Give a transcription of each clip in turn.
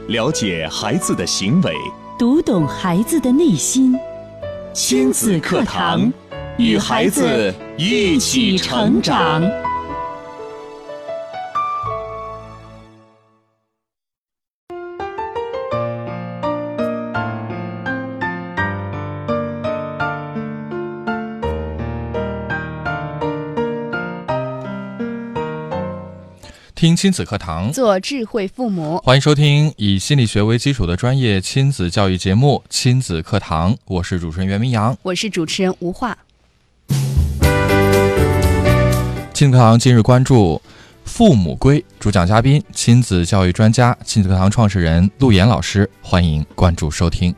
了解孩子的行为， 读懂孩子的内心。亲子课堂，与孩子一起成长。 听亲子课堂， 做智慧父母。 欢迎收听以心理学为基础的专业亲子教育节目《亲子课堂》，我是主持人袁明阳， 我是主持人吴化。 亲子课堂今日关注父母规，主讲嘉宾亲子教育专家、亲子课堂创始人陆岩老师，欢迎关注收听。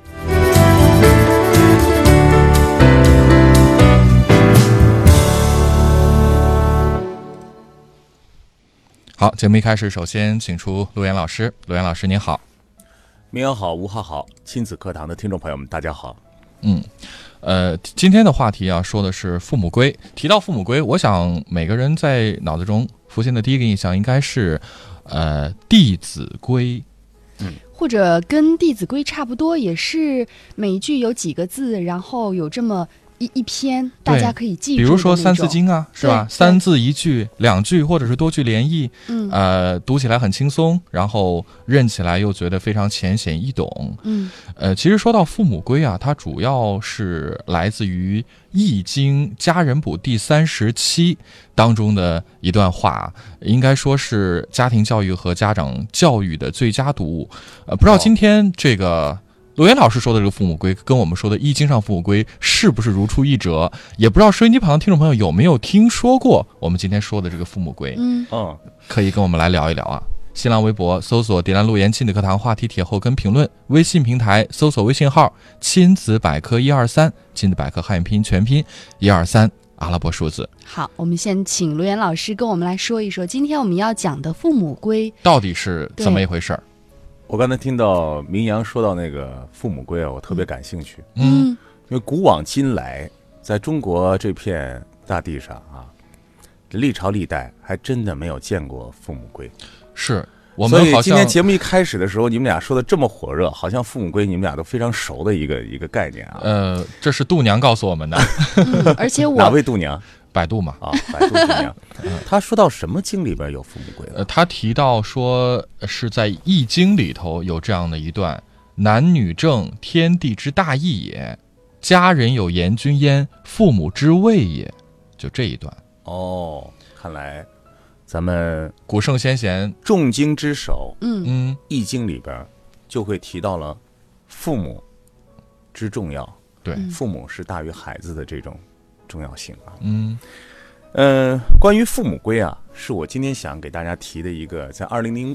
好，节目一开始，首先请出陆岩老师。陆岩老师您好。 明阳好，吴浩好，亲子课堂的听众朋友们大家好。 今天的话题啊，说的是父母规。提到父母规，我想每个人在脑子中浮现的第一个印象应该是弟子规。 或者跟《弟子规》差不多，也是每一句有几个字，然后有这么一篇大家可以记住的那种。 比如说三字经啊，是吧？三字一句、两句或者是多句连译，读起来很轻松，然后认起来又觉得非常浅显易懂。其实说到父母规啊，它主要是来自于《易经·家人卜》第37当中的一段话，应该说是家庭教育和家长教育的最佳读物。不知道今天这个陆岩老师说的这个父母规跟我们说的《易经》上父母规是不是如出一辙？也不知道收音机旁的听众朋友有没有听说过我们今天说的这个父母规？可以跟我们来聊一聊啊。新浪微博搜索“点亮陆岩亲子课堂”话题帖后跟评论，微信平台搜索微信号“亲子百科123”，亲子百科汉语拼音全拼123阿拉伯数字。 好，我们先请陆岩老师跟我们来说一说，今天我们要讲的父母规到底是怎么一回事儿？ 我刚才听到明阳说到那个父母规啊，我特别感兴趣。 因为古往今来，在中国这片大地上啊，历朝历代还真的没有见过父母规。 是我们好像， 所以今天节目一开始的时候，你们俩说的这么火热，好像父母规你们俩都非常熟的一个概念啊。 这是度娘告诉我们的。 而且哪位度娘？ 百度嘛， 百度度娘。他说到什么经里边有父母规？ 他提到说是在《易经》里头有这样的一段：男女正，天地之大义也；家人有严君焉，父母之谓也。就这一段。 看来咱们古圣先贤重经之首，易经里边就会提到了父母之重要。 对， 父母是大于孩子的这种重要性啊。 关于父母规啊，是我今天想给大家提的一个，在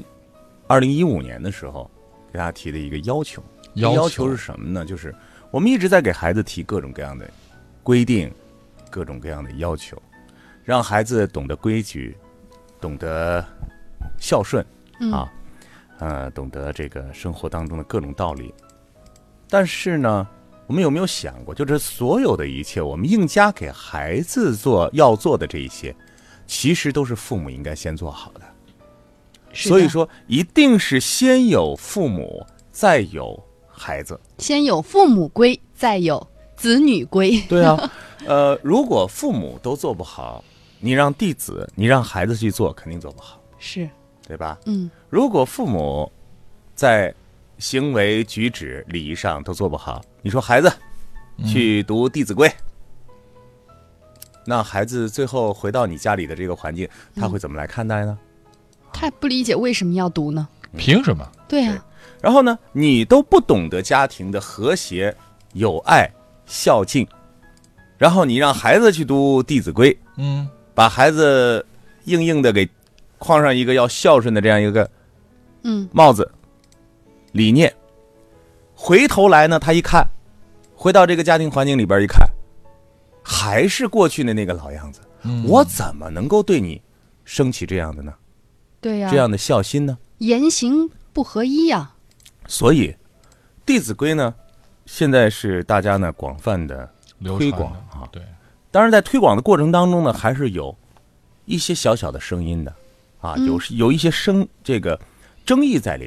2015年的时候给大家提的一个要求。要求是什么呢？就是我们一直在给孩子提各种各样的规定，各种各样的要求，让孩子懂得规矩，懂得孝顺懂得这个生活当中的各种道理。但是呢，我们有没有想过，就是所有的一切我们硬加给孩子要做的这一些，其实都是父母应该先做好的。所以说一定是先有父母再有孩子， 先有父母规再有子女规。 对啊。如果父母都做不好，你让你让孩子去做，肯定做不好， 是对吧？如果父母在行为举止礼仪上都做不好，你说孩子去读《弟子规》，那孩子最后回到你家里的这个环境，他会怎么来看待呢？ 他不理解为什么要读呢？ 凭什么？ 对啊。 然后呢，你都不懂得家庭的和谐、友爱、孝敬，然后你让孩子去读《弟子规》，把孩子硬硬的给框上一个要孝顺的这样一个帽子理念，回头来呢，他一看，回到这个家庭环境里边一看，还是过去的那个老样子，我怎么能够对你升起这样的呢？ 对呀， 这样的孝心呢？ 言行不合一呀。 所以《弟子规》呢，现在是大家呢广泛的推广啊。 对， 当然在推广的过程当中呢，还是有一些小小的声音的啊，有一些这个争议在里边的。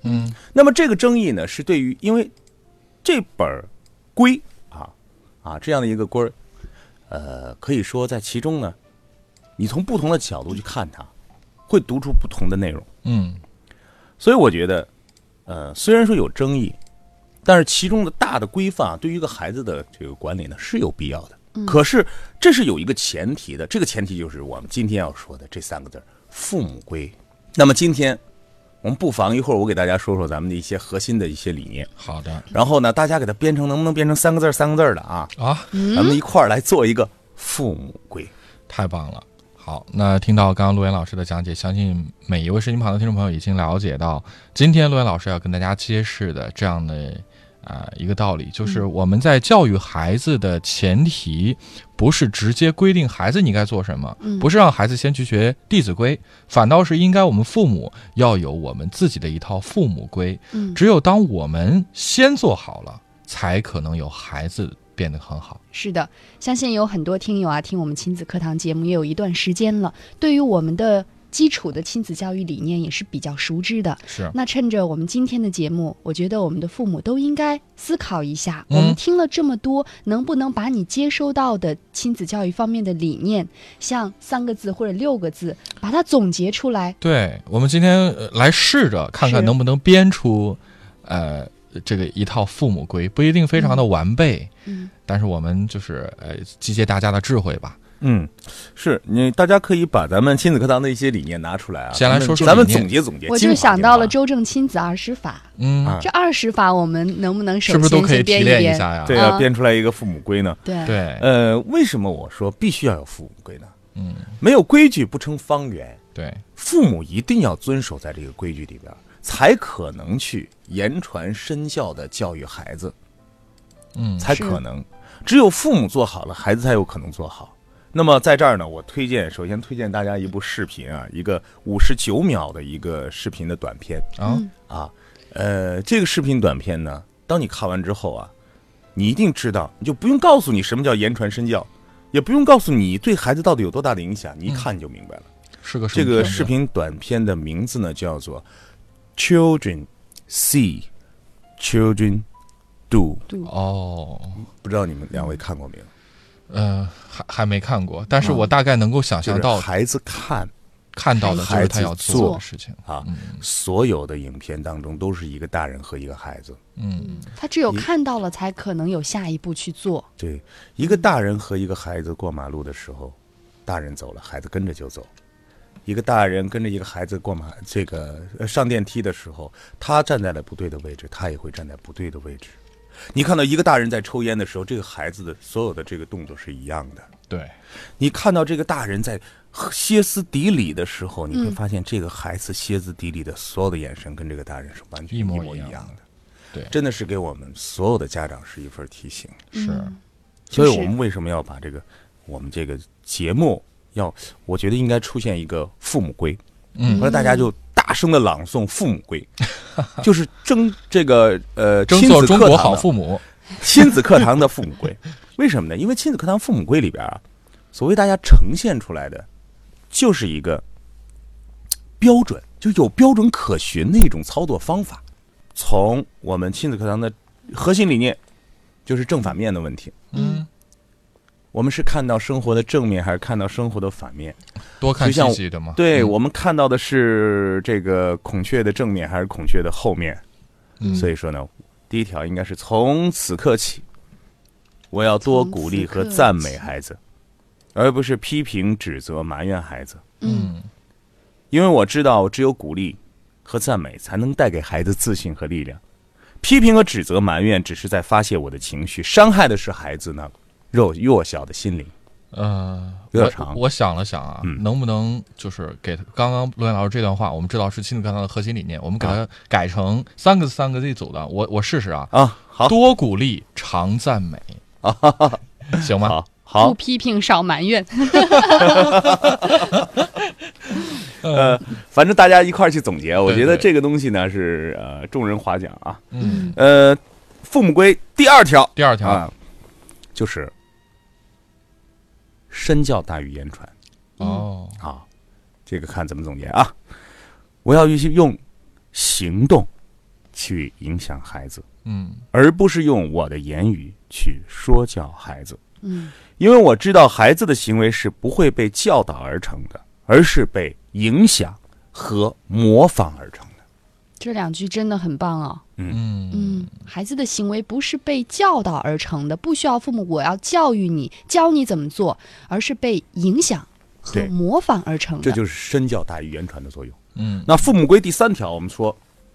那么这个争议呢，是对于因为这本规这样的一个规可以说在其中呢，你从不同的角度去看它，会读出不同的内容。所以我觉得，虽然说有争议，但是其中的大的规范对于一个孩子的这个管理呢是有必要的。可是这是有一个前提的，这个前提就是我们今天要说的这3个字——父母规。那么今天我们不妨一会儿我给大家说说咱们的一些核心的一些理念。 好的。 然后呢，大家给它编成，能不能编成3个字的啊？咱们一块儿来做一个父母规。 太棒了。好，那听到刚刚陆岩老师的讲解，相信每一位视频旁的听众朋友已经了解到，今天陆岩老师要跟大家揭示的这样的一个道理，就是我们在教育孩子的前提，不是直接规定孩子你该做什么，不是让孩子先去学《弟子规》，反倒是应该我们父母要有我们自己的一套父母规。只有当我们先做好了，才可能有孩子变得很好。 是的，相信有很多听友听我们亲子课堂节目也有一段时间了，对于我们的基础的亲子教育理念也是比较熟知的。 是。 那趁着我们今天的节目，我觉得我们的父母都应该思考一下，我们听了这么多，能不能把你接收到的亲子教育方面的理念，像3个字或者6个字，把它总结出来。 对，我们今天来试着看看能不能编出这个一套父母规，不一定非常的完备，但是我们就是集结大家的智慧吧。 是大家可以把咱们亲子课堂的一些理念拿出来先来说说咱们总结总结。 我就想到了周正亲子20法，这20法我们能不能首先是不是都可以提炼一下呀？ 对，要编出来一个父母规呢？ 对， 为什么我说必须要有父母规呢？没有规矩不成方圆。 对， 父母一定要遵守在这个规矩里边，才可能去言传身教的教育孩子。才可能，只有父母做好了，孩子才有可能做好。那么在这儿呢，我首先推荐大家一部视频一个59秒的一个视频的短片这个视频短片呢，当你看完之后你一定知道，你就不用告诉你什么叫言传身教，也不用告诉你对孩子到底有多大的影响，你一看你就明白了。 是个这个视频短片的名字呢叫做 Children See, Children Do。 不知道你们2位看过没有？ 还没看过，但是我大概能够想象到， 孩子看到的就是他要做的事情所有的影片当中都是一个大人和一个孩子。 他只有看到了才可能有下一步去做。 对，一个大人和一个孩子过马路的时候，大人走了，孩子跟着就走。一个大人跟着一个孩子上电梯的时候，他站在了不对的位置，他也会站在不对的位置。你看到一个大人在抽烟的时候，这个孩子的所有的这个动作是一样的。 对， 你看到这个大人在歇斯底里的时候，你会发现这个孩子歇斯底里的所有的眼神跟这个大人是完全一模一样的。 对， 真的是给我们所有的家长是一份提醒。 是， 所以我们为什么要把我们这个节目我觉得应该出现一个父母规。后来大家就大声的朗诵父母规，就是争做中国好父母，亲子课堂的父母规。为什么呢？因为亲子课堂父母规里边所谓大家呈现出来的，就是一个标准，就有标准可循的一种操作方法。从我们亲子课堂的核心理念，就是正反面的问题。我们是看到生活的正面，还是看到生活的反面？ 多看积极的吗？ 对，我们看到的是这个孔雀的正面，还是孔雀的后面？所以说呢，第一条应该是从此刻起，我要多鼓励和赞美孩子，而不是批评、指责、埋怨孩子。因为我知道，只有鼓励和赞美才能带给孩子自信和力量。批评和指责、埋怨只是在发泄我的情绪，伤害的是孩子呢弱小的心灵。有点长。 我想了想能不能就是给刚刚陆岩老师这段话，我们知道是亲子课堂的核心理念，我们给它改成3个字一组的。我试试好， 多鼓励，常赞美行吗？ 好， 不批评，少埋怨。 反正大家一块儿去总结，我觉得这个东西呢是众人划奖父母规第二条就是身教大于言传。这个看怎么总结我要用行动去影响孩子，而不是用我的言语去说教孩子，因为我知道孩子的行为是不会被教导而成的，而是被影响和模仿而成的。 这2句真的很棒哦。孩子的行为不是被教导而成的，不需要父母我要教育你，教你怎么做，而是被影响和模仿而成的。 这就是身教大于言传的作用。那父母规第3条，我们说，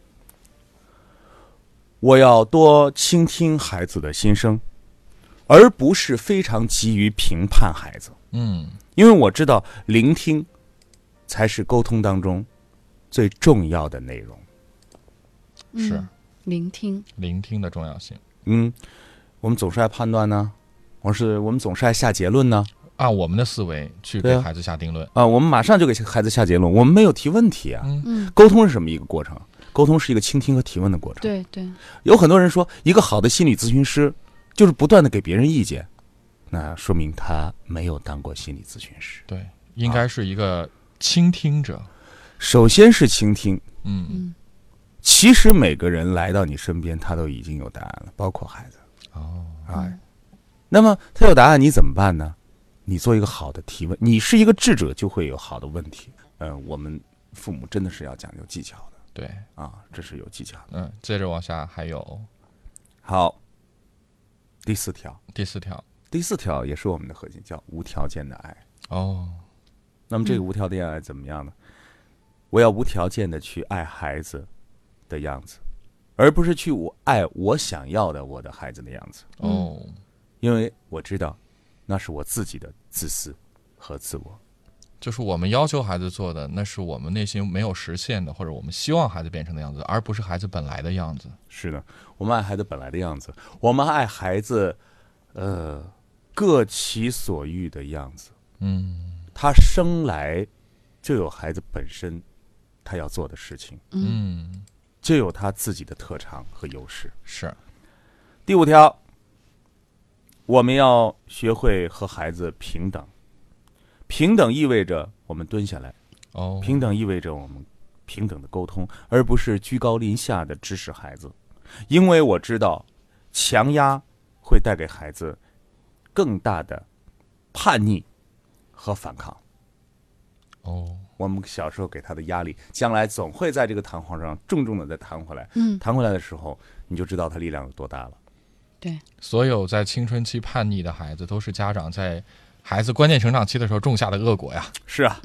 我要多倾听孩子的心声，而不是非常急于评判孩子。因为我知道聆听才是沟通当中最重要的内容。 是聆听的重要性。 我们总是爱判断呢，我们总是爱下结论呢， 按我们的思维去给孩子下定论我们马上就给孩子下结论，我们没有提问题啊。沟通是什么一个过程？沟通是一个倾听和提问的过程。 对对， 有很多人说，一个好的心理咨询师就是不断的给别人意见，那说明他没有当过心理咨询师。 对，应该是一个倾听者。 首先是倾听。其实每个人来到你身边，他都已经有答案了，包括孩子。那么他有答案，你怎么办呢？你做一个好的提问，你是一个智者，就会有好的问题。我们父母真的是要讲究技巧的。 对这是有技巧的。 接着往下还有， 好，第四条也是我们的核心，叫无条件的爱。那么这个无条件爱怎么样呢？我要无条件的去爱孩子的样子，而不是去爱我想要的我的孩子的样子。因为我知道那是我自己的自私和自我。 就是我们要求孩子做的，那是我们内心没有实现的，或者我们希望孩子变成的样子，而不是孩子本来的样子。 是的，我们爱孩子本来的样子，我们爱孩子各其所欲的样子。他生来就有孩子本身他要做的事情，就有他自己的特长和优势。 是。 第5条，我们要学会和孩子平等。平等意味着我们蹲下来，平等意味着我们平等的沟通，而不是居高临下的指使孩子。因为我知道强压会带给孩子更大的叛逆和反抗。我们小时候给他的压力，将来总会在这个弹簧上重重的再弹回来。弹回来的时候，你就知道他力量有多大了。 对， 所有在青春期叛逆的孩子，都是家长在孩子关键成长期的时候种下的恶果呀。 是啊。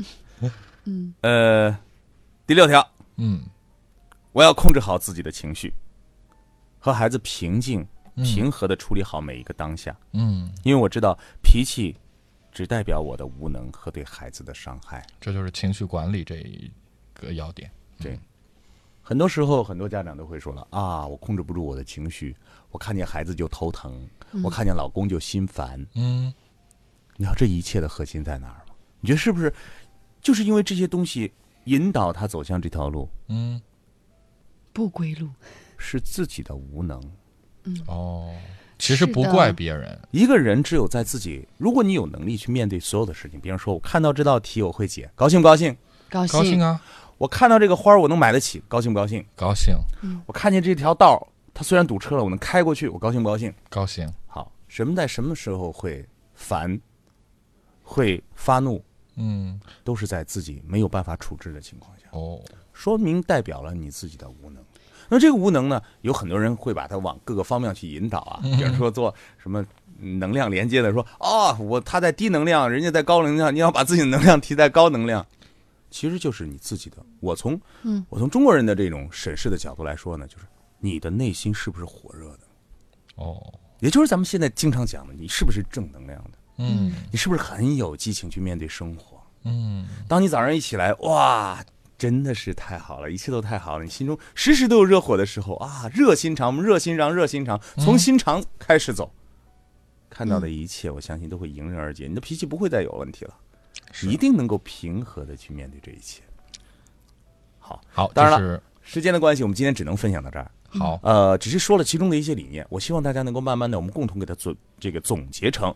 第6条，我要控制好自己的情绪，和孩子平静平和的处理好每一个当下。因为我知道脾气只代表我的无能和对孩子的伤害。 这就是情绪管理这一个要点。 对，很多时候很多家长都会说了我控制不住我的情绪，我看见孩子就头疼，我看见老公就心烦。你知道这一切的核心在哪儿吗？你觉得是不是就是因为这些东西引导他走向这条路？ 不归路， 是自己的无能。 其实不怪别人。 一个人只有在自己，如果你有能力去面对所有的事情，比方说我看到这道题我会解，高兴不高兴？ 高兴啊！ 我看到这个花我能买得起，高兴不高兴？ 高兴。 我看见这条道它虽然堵车了，我能开过去，我高兴不高兴？ 高兴。 好，在什么时候会烦，会发怒？都是在自己没有办法处置的情况下。说明代表了你自己的无能。那这个无能呢，有很多人会把它往各个方面去引导比如说做什么能量连接的，说他在低能量，人家在高能量，你要把自己的能量提在高能量。其实就是你自己的。我从中国人的这种审视的角度来说呢，就是你的内心是不是火热的？也就是咱们现在经常讲的，你是不是正能量的？你是不是很有激情去面对生活？当你早上一起来，哇，真的是太好了，一切都太好了，你心中时时都有热火的时候热心肠，热心肠，从心肠开始走，看到的一切我相信都会迎刃而解，你的脾气不会再有问题了，一定能够平和的去面对这一切。好，当然了，时间的关系，我们今天只能分享到这儿。 好， 只是说了其中的一些理念，我希望大家能够慢慢的，我们共同给它做这个总结成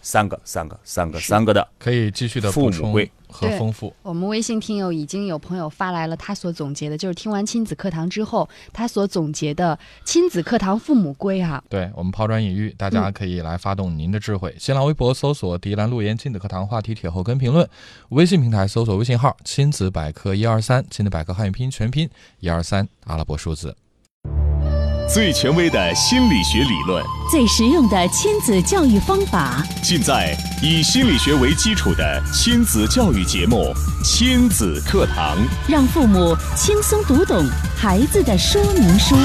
三个的， 可以继续的补充和丰富。 我们微信听友已经有朋友发来了他所总结的，就是听完亲子课堂之后他所总结的亲子课堂父母规啊。 对，我们抛砖引玉，大家可以来发动您的智慧。新浪微博搜索迪兰路言亲子课堂话题帖后跟评论，微信平台搜索微信号亲子百科123，亲子百科汉语拼音全拼123阿拉伯数字。 最权威的心理学理论， 最实用的亲子教育方法， 尽在以心理学为基础的亲子教育节目《亲子课堂》， 让父母轻松读懂孩子的说明书。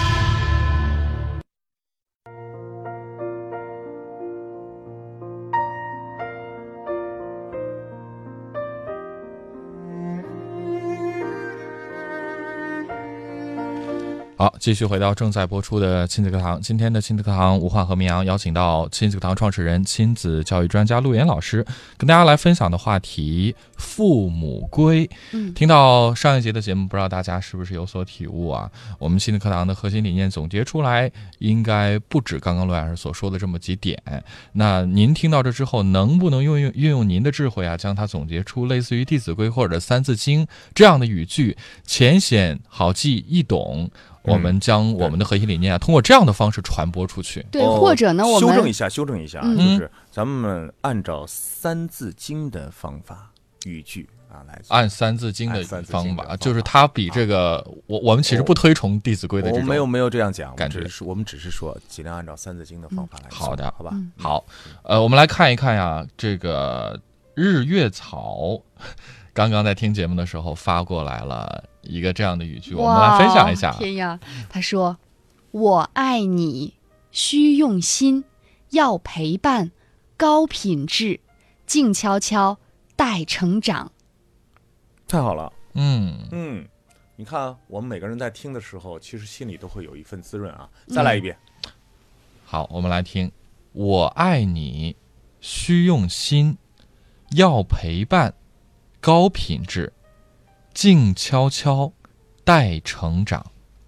好，继续回到正在播出的亲子课堂。今天的亲子课堂，吴焕和明阳邀请到亲子课堂创始人、亲子教育专家陆岩老师，跟大家来分享的话题父母规。听到上一节的节目，不知道大家是不是有所体悟啊？我们亲子课堂的核心理念总结出来，应该不止刚刚陆岩老师所说的这么几点。那您听到这之后，能不能运用您的智慧啊，将它总结出类似于《弟子规》或者《三字经》这样的语句，浅显好记易懂？我们将我们的核心理念通过这样的方式传播出去。 对，或者呢，我们修正一下，就是咱们按照《三字经》的方法语句啊来按《三字经》的方法，就是它比这个我们其实不推崇《弟子规》的这种， 我没有这样讲， 感觉我们只是说尽量按照《三字经》的方法来。 好的， 好吧。 好，我们来看一看呀，这个日月草刚刚在听节目的时候发过来了一个这样的语句，我们来分享一下。 天呀，他说：“我爱你，需用心，要陪伴，高品质，静悄悄，待成长。” 太好了，你看，我们每个人在听的时候，其实心里都会有一份滋润啊。再来一遍。 好，我们来听：我爱你，需用心，要陪伴，高品质，静悄悄，待成长。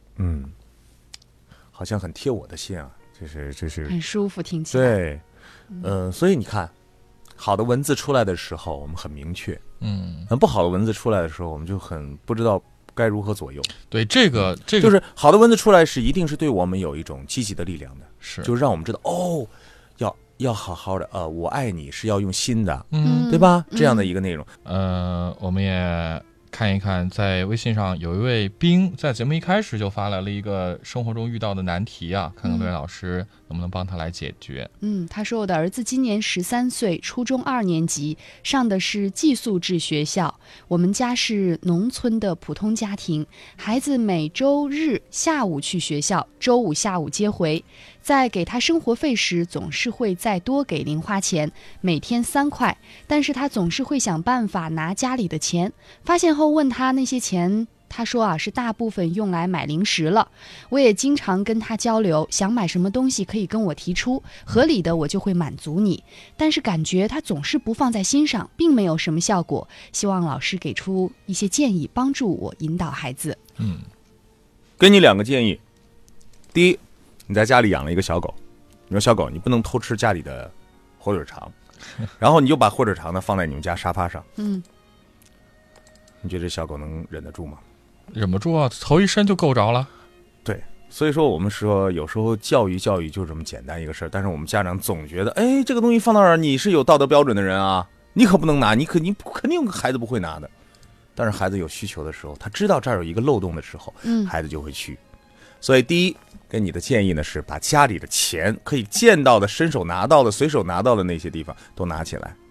好像很贴我的心啊，这是很舒服，听起来。 对，所以你看，好的文字出来的时候，我们很明确；不好的文字出来的时候，我们就很不知道该如何左右。 对，这个就是好的文字出来是一定是对我们有一种积极的力量的，就是让我们知道哦，要好好的我爱你是要用心的，对吧？这样的一个内容。 我们也看一看，在微信上有一位兵在节目一开始就发来了一个生活中遇到的难题啊，看看陆岩老师能不能帮他来解决。 他说我的儿子今年13岁，初中2年级，上的是寄宿制学校。我们家是农村的普通家庭，孩子每周日下午去学校，周五下午接回。在给他生活费时，总是会再多给零花钱，每天3块，但是他总是会想办法拿家里的钱。发现后问他那些钱，他说是大部分用来买零食了。我也经常跟他交流，想买什么东西可以跟我提出，合理的我就会满足你。但是感觉他总是不放在心上，并没有什么效果。希望老师给出一些建议，帮助我引导孩子。 给你2个建议。第一，你在家里养了一个小狗，你说小狗你不能偷吃家里的火腿肠，然后你就把火腿肠呢放在你们家沙发上，你觉得这小狗能忍得住吗？ 忍不住啊，头一伸就够着了。 对，所以说我们说有时候教育就这么简单一个事儿，但是我们家长总觉得这个东西放到那儿，你是有道德标准的人啊，你可不能拿，你肯定孩子不会拿的。但是孩子有需求的时候，他知道这儿有一个漏洞的时候，孩子就会去。所以第一给你的建议呢是把家里的钱可以见到的、伸手拿到的、随手拿到的那些地方都拿起来。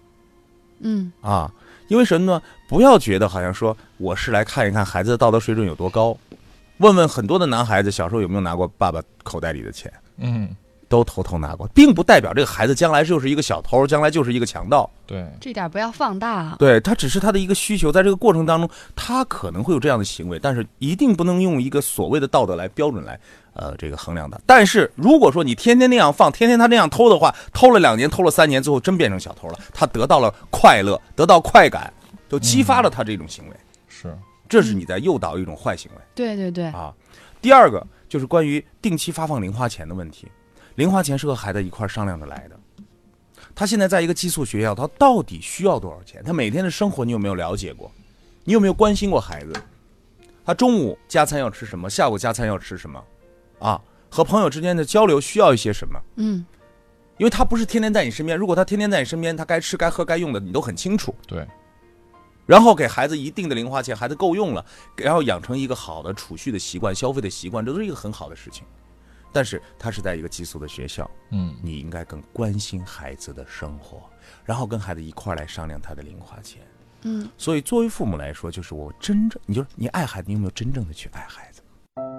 因为什么呢？不要觉得好像说我是来看一看孩子的道德水准有多高，问问很多的男孩子小时候有没有拿过爸爸口袋里的钱，都偷偷拿过，并不代表这个孩子将来就是一个小偷，将来就是一个强盗。 对， 这点不要放大啊。 对，他只是他的一个需求，在这个过程当中，他可能会有这样的行为，但是一定不能用一个所谓的道德来标准来这个衡量的。但是如果说你天天那样放，天天他那样偷的话，偷了2年，偷了3年，最后真变成小偷了，他得到了快乐，得到快感，就激发了他这种行为。这是你在诱导一种坏行为。 对第二个就是关于定期发放零花钱的问题。零花钱是和孩子一块商量着来的， 他现在在一个寄宿学校，他到底需要多少钱？他每天的生活你有没有了解过？你有没有关心过孩子？他中午加餐要吃什么？下午加餐要吃什么？啊，和朋友之间的交流需要一些什么？因为他不是天天在你身边，如果他天天在你身边，他该吃该喝该用的你都很清楚。 对。 然后给孩子一定的零花钱，孩子够用了，然后养成一个好的储蓄的习惯、消费的习惯，这都是一个很好的事情。但是他是在一个寄宿的学校，你应该更关心孩子的生活，然后跟孩子一块来商量他的零花钱。所以作为父母来说，就是我真正，你就是你爱孩子，你有没有真正的去爱孩子？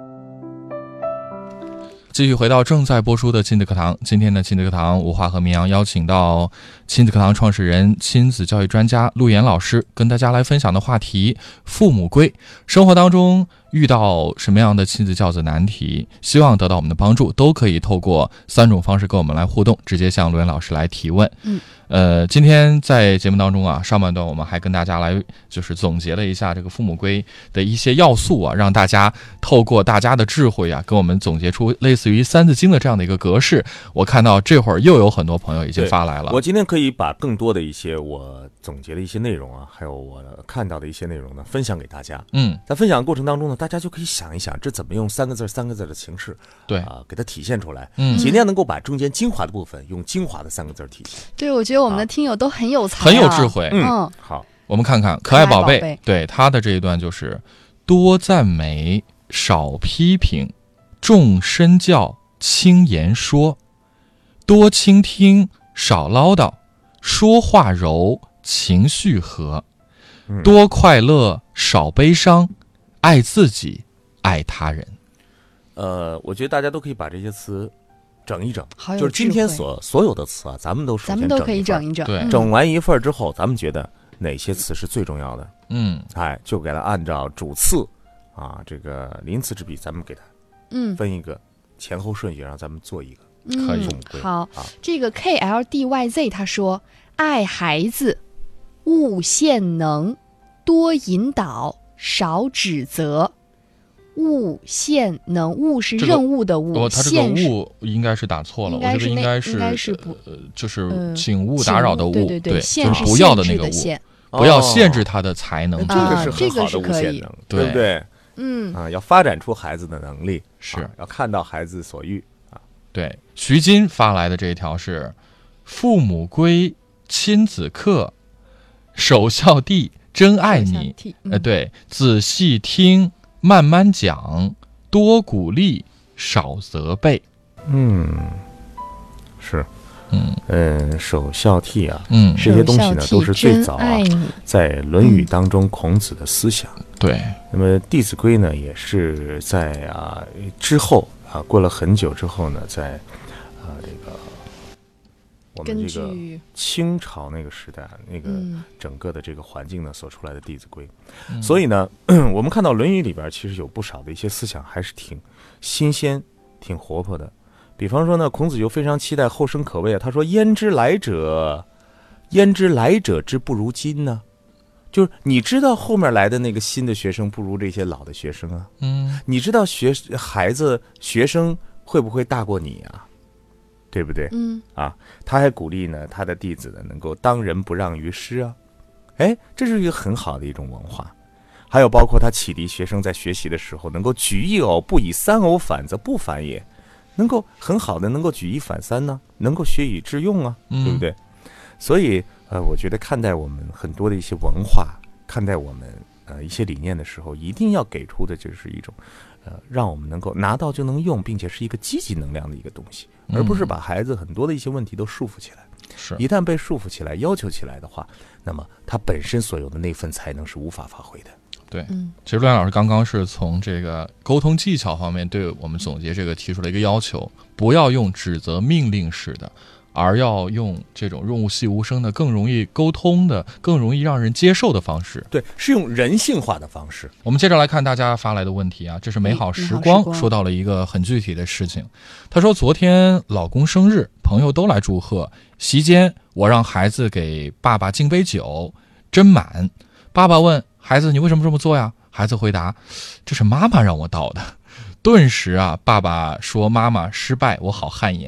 继续回到正在播出的亲子课堂，今天的亲子课堂，吴华和明阳邀请到亲子课堂创始人、亲子教育专家陆岩老师，跟大家来分享的话题：父母归。生活当中遇到什么样的亲子教子难题，希望得到我们的帮助，都可以透过3种方式跟我们来互动，直接向陆岩老师来提问。今天在节目当中啊，上半段我们还跟大家来就是总结了一下这个父母归的一些要素啊，让大家透过大家的智慧啊，跟我们总结出类似于三字经的这样的一个格式。我看到这会儿又有很多朋友已经发来了。 我今天可以把更多的一些我总结的一些内容啊，还有我看到的一些内容呢，分享给大家。在分享的过程当中呢，大家就可以想一想，这怎么用3个字的形式， 对给它体现出来。尽量能够把中间精华的部分用精华的3个字体现。 对，我觉得我们的听友都很有才， 很有智慧。 好， 我们看看可爱宝贝，对他的这一段就是多赞美，少批评，重身教，轻言说，多倾听，少唠叨，说话柔，情绪和，多快乐，少悲伤，爱自己，爱他人。 我觉得大家都可以把这些词整一整， 就是今天所有的词啊，咱们都可以整一整。 对， 整完一份之后，咱们觉得哪些词是最重要的？就给它按照主次啊，这个临词之笔，咱们给它分一个前后顺序，让咱们做一个可以。 好，这个 KLDYZ 他说，爱孩子，勿限能，多引导，少指责。勿限能，勿是任务的务， 他这个务应该是打错了，我觉得应该是不，就是请勿打扰的勿， 对， 就是不要的那个勿，不要限制他的才能， 这个是很好的无限能，对不对？要发展出孩子的能力， 是要看到孩子所欲啊。 对，徐金发来的这一条是：父母归，亲子课，首孝弟真爱你，对，仔细听。慢慢讲，多鼓励，少责备。 是，首孝悌啊，这些东西呢都是最早在《论语》当中孔子的思想。 对， 那么《弟子规》呢，也是在之后过了很久之后呢，在这个我们这个清朝那个时代，那个整个的这个环境呢所出来的《弟子规》，所以呢，我们看到《论语》里边其实有不少的一些思想还是挺新鲜、挺活泼的。比方说呢，孔子就非常期待后生可畏啊，他说：“焉知来者之不如今呢？”就是你知道后面来的那个新的学生不如这些老的学生啊，你知道学生会不会大过你啊？对不对？他还鼓励呢他的弟子呢能够当仁不让于师啊，这是一个很好的一种文化。还有包括他启迪学生在学习的时候能够举一偶不以三偶反则不反也，能够很好的能够举一反三呢，能够学以致用啊，对不对？所以我觉得看待我们很多的一些文化，看待我们一些理念的时候，一定要给出的就是一种让我们能够拿到就能用，并且是一个积极能量的一个东西，而不是把孩子很多的一些问题都束缚起来。一旦被束缚起来、要求起来的话，那么他本身所有的那份才能是无法发挥的。 对，其实陆岩老师刚刚是从这个沟通技巧方面对我们总结这个提出了一个要求，不要用指责命令式的，而要用这种润物细无声的、更容易沟通的、更容易让人接受的方式。 对，是用人性化的方式。 我们接着来看大家发来的问题啊，这是美好时光说到了一个很具体的事情。他说昨天老公生日，朋友都来祝贺，席间我让孩子给爸爸敬杯酒，斟满。爸爸问孩子：“你为什么这么做呀？”孩子回答：“这是妈妈让我倒的。”顿时啊，爸爸说：“妈妈失败，我好汗颜。”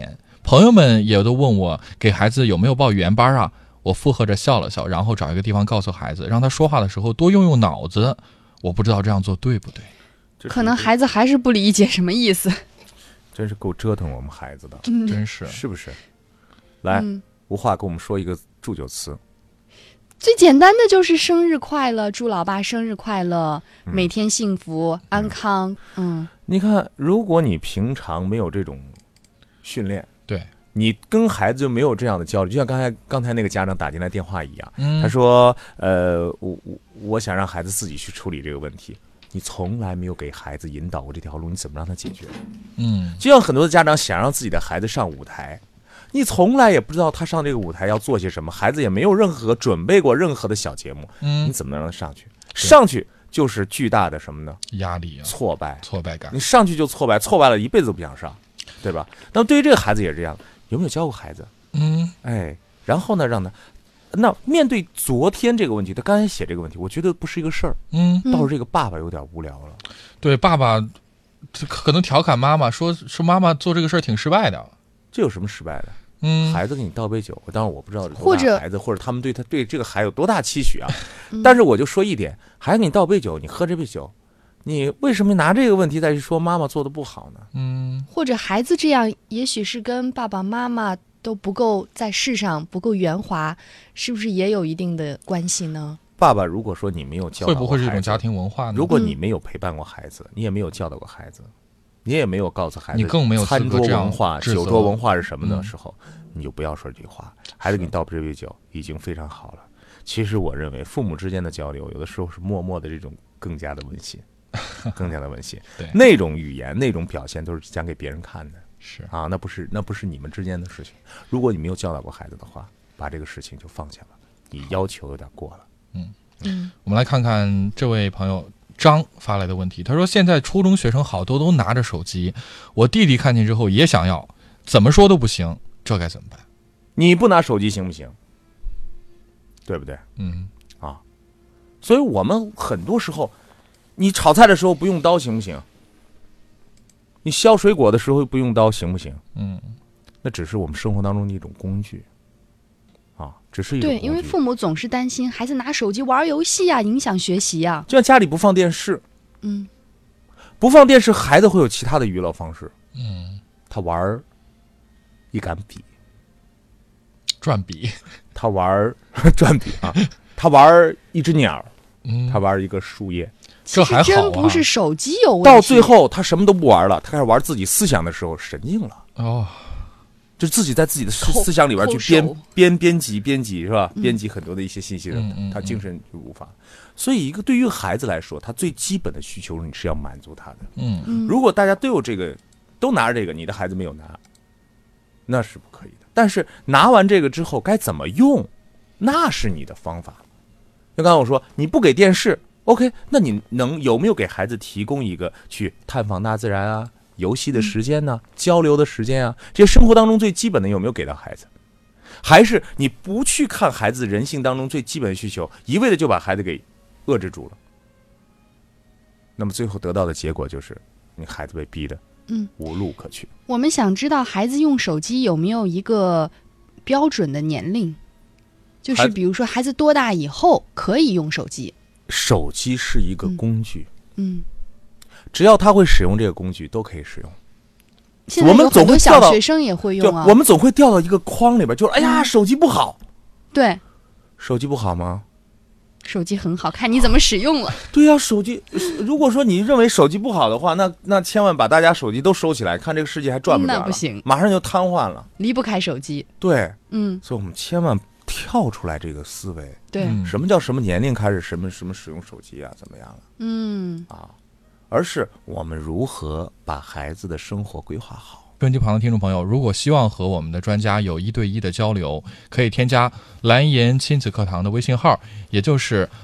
朋友们也都问我给孩子有没有报语言班啊，我附和着笑了笑，然后找一个地方告诉孩子，让他说话的时候多用用脑子。我不知道这样做对不对， 可能孩子还是不理解什么意思。 真是够折腾我们孩子的， 真是不是？来，无话给我们说一个祝酒词。 最简单的就是生日快乐，祝老爸生日快乐，每天幸福安康。 你看，如果你平常没有这种训练， 对， 你跟孩子就没有这样的交流，就像刚才那个家长打进来电话一样，他说，我想让孩子自己去处理这个问题。你从来没有给孩子引导过这条路，你怎么让他解决？就像很多的家长想让自己的孩子上舞台，你从来也不知道他上这个舞台要做些什么，孩子也没有任何准备过任何的小节目，你怎么能让他上去？上去就是巨大的什么呢？ 压力啊， 挫败感。 你上去就挫败了一辈子都不想上，对吧？那么对于这个孩子也是这样，有没有教过孩子？然后呢，让他。那面对昨天这个问题，他刚才写这个问题，我觉得不是一个事儿。倒是这个爸爸有点无聊了。 对，爸爸可能调侃妈妈，说妈妈做这个事儿挺失败的。 这有什么失败的？孩子给你倒杯酒，当然我不知道或者孩子或者他们对这个孩子有多大期许啊。但是我就说一点，孩子给你倒杯酒，你喝这杯酒，你为什么拿这个问题再去说妈妈做的不好呢？ 或者孩子这样，也许是跟爸爸妈妈都不够在世上不够圆滑，是不是也有一定的关系呢？ 爸爸，如果说你没有教导过孩子， 会不会是一种家庭文化呢？ 如果你没有陪伴过孩子，你也没有教导过孩子，你也没有告诉孩子， 你更没有餐桌文化、酒桌文化是什么的时候，你就不要说这句话。孩子给你倒这杯酒已经非常好了。其实我认为，父母之间的交流，有的时候是默默的这种更加的温馨，更加的温馨。 对， 那种语言、那种表现，都是讲给别人看的。 是啊，那不是你们之间的事情。如果你没有教导过孩子的话，把这个事情就放下了，你要求有点过了。 我们来看看这位朋友张发来的问题。他说，现在初中学生好多都拿着手机，我弟弟看见之后也想要，怎么说都不行，这该怎么办？ 你不拿手机行不行？对不对？所以我们很多时候，你炒菜的时候不用刀行不行？你削水果的时候不用刀行不行？那只是我们生活当中的一种工具，只是一种工具。 对，因为父母总是担心孩子拿手机玩游戏啊，影响学习啊。 就像家里不放电视，不放电视，孩子会有其他的娱乐方式。他玩一杆笔， 转笔， 他玩转笔啊，他玩一只鸟，他玩一个树叶。 这还好啊， 真不是手机有问题。 到最后他什么都不玩了，他开始玩自己思想的时候，神经了。就自己在自己的思想里边去编辑是吧？编辑很多的一些信息的，他精神就无法。所以对于孩子来说，他最基本的需求你是要满足他的。如果大家都有这个，都拿着这个，你的孩子没有拿，那是不可以的。但是拿完这个之后该怎么用，那是你的方法。就刚才我说，你不给电视 ，OK， 那你有没有给孩子提供一个去探访大自然啊？游戏的时间呢？交流的时间啊，这些生活当中最基本的有没有给到孩子？还是你不去看孩子人性当中最基本的需求，一味的就把孩子给遏制住了？那么最后得到的结果就是，你孩子被逼得无路可去。 我们想知道孩子用手机有没有一个标准的年龄，就是比如说孩子多大以后可以用手机？ 手机是一个工具，只要他会使用这个工具，都可以使用。 现在有很多小学生也会用啊。 我们总会掉到一个框里边，就是哎呀，手机不好。 对， 手机不好吗？ 手机很好，看你怎么使用了。 对呀，手机，如果说你认为手机不好的话，那千万把大家手机都收起来，看这个世界还转不转了？ 那不行， 马上就瘫痪了， 离不开手机。 对，所以我们千万跳出来这个思维。 对， 什么叫什么年龄开始什么使用手机啊？怎么样了？而是我们如何把孩子的生活规划好。 收音机旁的听众朋友，如果希望和我们的专家有1对1的交流，可以添加蓝颜亲子课堂的微信号，也就是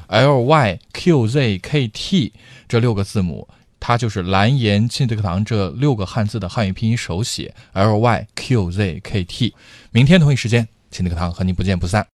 LYQZKT 这6个字母，它就是蓝颜亲子课堂这6个汉字的汉语拼音手写 LYQZKT。明天同一时间，亲子课堂和您不见不散。